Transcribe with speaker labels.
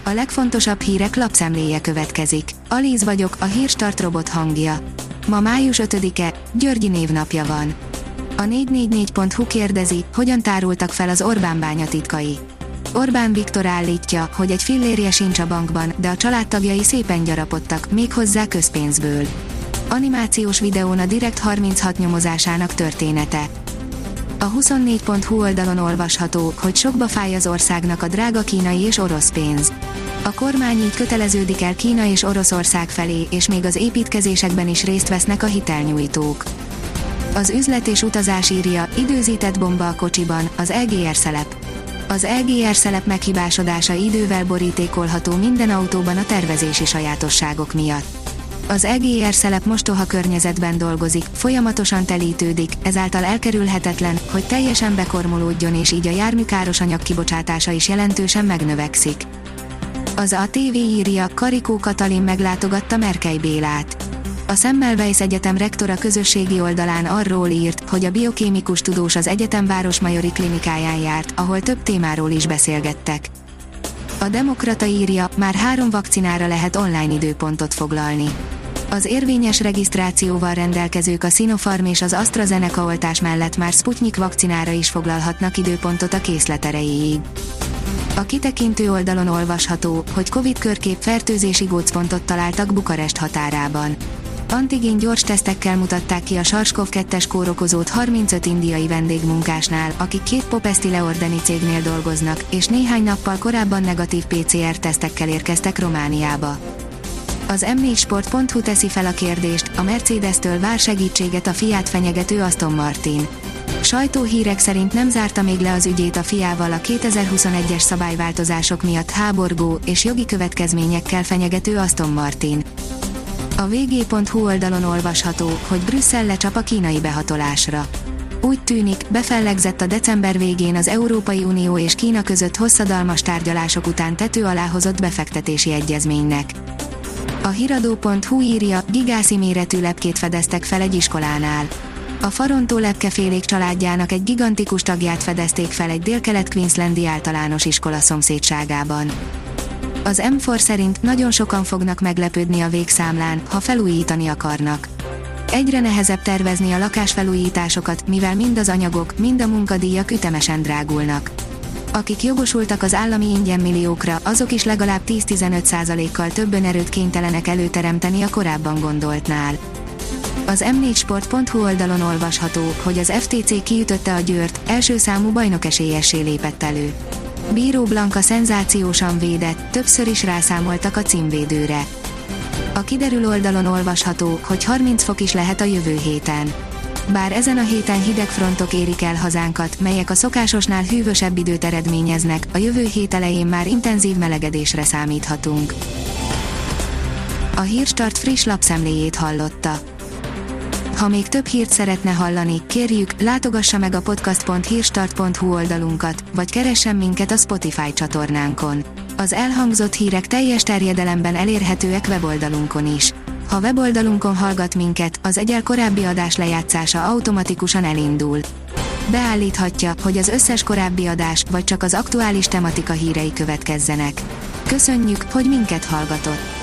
Speaker 1: A legfontosabb hírek lapszemléje következik. Alíz vagyok, a Hírstart robot hangja. Ma május 5-e, Györgyi névnapja van. A 444.hu kérdezi, hogyan tárultak fel az Orbán bánya titkai. Orbán Viktor állítja, hogy egy fillérje sincs a bankban, de a családtagjai szépen gyarapodtak, méghozzá közpénzből. Animációs videón a Direkt 36 nyomozásának története. A 24.hu oldalon olvasható, hogy sokba fáj az országnak a drága kínai és orosz pénz. A kormány így köteleződik el Kína és Oroszország felé, és még az építkezésekben is részt vesznek a hitelnyújtók. Az Üzlet és Utazás írja, időzített bomba a kocsiban, az EGR szelep. Az EGR szelep meghibásodása idővel borítékolható minden autóban a tervezési sajátosságok miatt. Az EGR szelep mostoha környezetben dolgozik, folyamatosan telítődik, ezáltal elkerülhetetlen, hogy teljesen bekormolódjon, és így a jármű károsanyag kibocsátása is jelentősen megnövekszik. Az ATV írja, Karikó Katalin meglátogatta Merkely Bélát. A Semmelweis Egyetem rektora közösségi oldalán arról írt, hogy a biokémikus tudós az egyetem Városmajori klinikáján járt, ahol több témáról is beszélgettek. A Demokrata írja, már 3 vakcinára lehet online időpontot foglalni. Az érvényes regisztrációval rendelkezők a Sinopharm és az AstraZeneca oltás mellett már Sputnik vakcinára is foglalhatnak időpontot a készlet erejéig. A kitekintő oldalon olvasható, hogy Covid körkép fertőzési gócpontot találtak Bukarest határában. Antigén gyors tesztekkel mutatták ki a SARS-CoV-2-es kórokozót 35 indiai vendégmunkásnál, akik 2 Popesti Leordeni cégnél dolgoznak, és néhány nappal korábban negatív PCR-tesztekkel érkeztek Romániába. Az m4sport.hu teszi fel a kérdést, a Mercedes-től vár segítséget a Fiat fenyegető Aston Martin. Sajtóhírek szerint nem zárta még le az ügyét a FIA-val a 2021-es szabályváltozások miatt háborgó és jogi következményekkel fenyegető Aston Martin. A vg.hu oldalon olvasható, hogy Brüsszel lecsap a kínai behatolásra. Úgy tűnik, befellegzett a december végén az Európai Unió és Kína között hosszadalmas tárgyalások után tető alá hozott befektetési egyezménynek. A hiradó.hu írja, gigászi méretű lepkét fedeztek fel egy iskolánál. A Farontó lepkefélék családjának egy gigantikus tagját fedezték fel egy délkelet-queenslandi általános iskola szomszédságában. Az M4 szerint nagyon sokan fognak meglepődni a végszámlán, ha felújítani akarnak. Egyre nehezebb tervezni a lakásfelújításokat, mivel mind az anyagok, mind a munkadíjak ütemesen drágulnak. Akik jogosultak az állami ingyenmilliókra, azok is legalább 10-15%-kal több önerőt kénytelenek előteremteni a korábban gondoltnál. Az m4sport.hu oldalon olvasható, hogy az FTC kiütötte a Győrt, első számú bajnokesélyessé lépett elő. Bíró Blanka szenzációsan védett, többször is rászámoltak a címvédőre. A kiderül oldalon olvasható, hogy 30 fok is lehet a jövő héten. Bár ezen a héten hideg frontok érik el hazánkat, melyek a szokásosnál hűvösebb időt eredményeznek, a jövő hét elején már intenzív melegedésre számíthatunk. A Hírstart friss lapszemléjét hallotta. Ha még több hírt szeretne hallani, kérjük, látogassa meg a podcast.hírstart.hu oldalunkat, vagy keressen minket a Spotify csatornánkon. Az elhangzott hírek teljes terjedelemben elérhetőek weboldalunkon is. Ha weboldalunkon hallgat minket, az egyel korábbi adás lejátszása automatikusan elindul. Beállíthatja, hogy az összes korábbi adás, vagy csak az aktuális tematika hírei következzenek. Köszönjük, hogy minket hallgatott!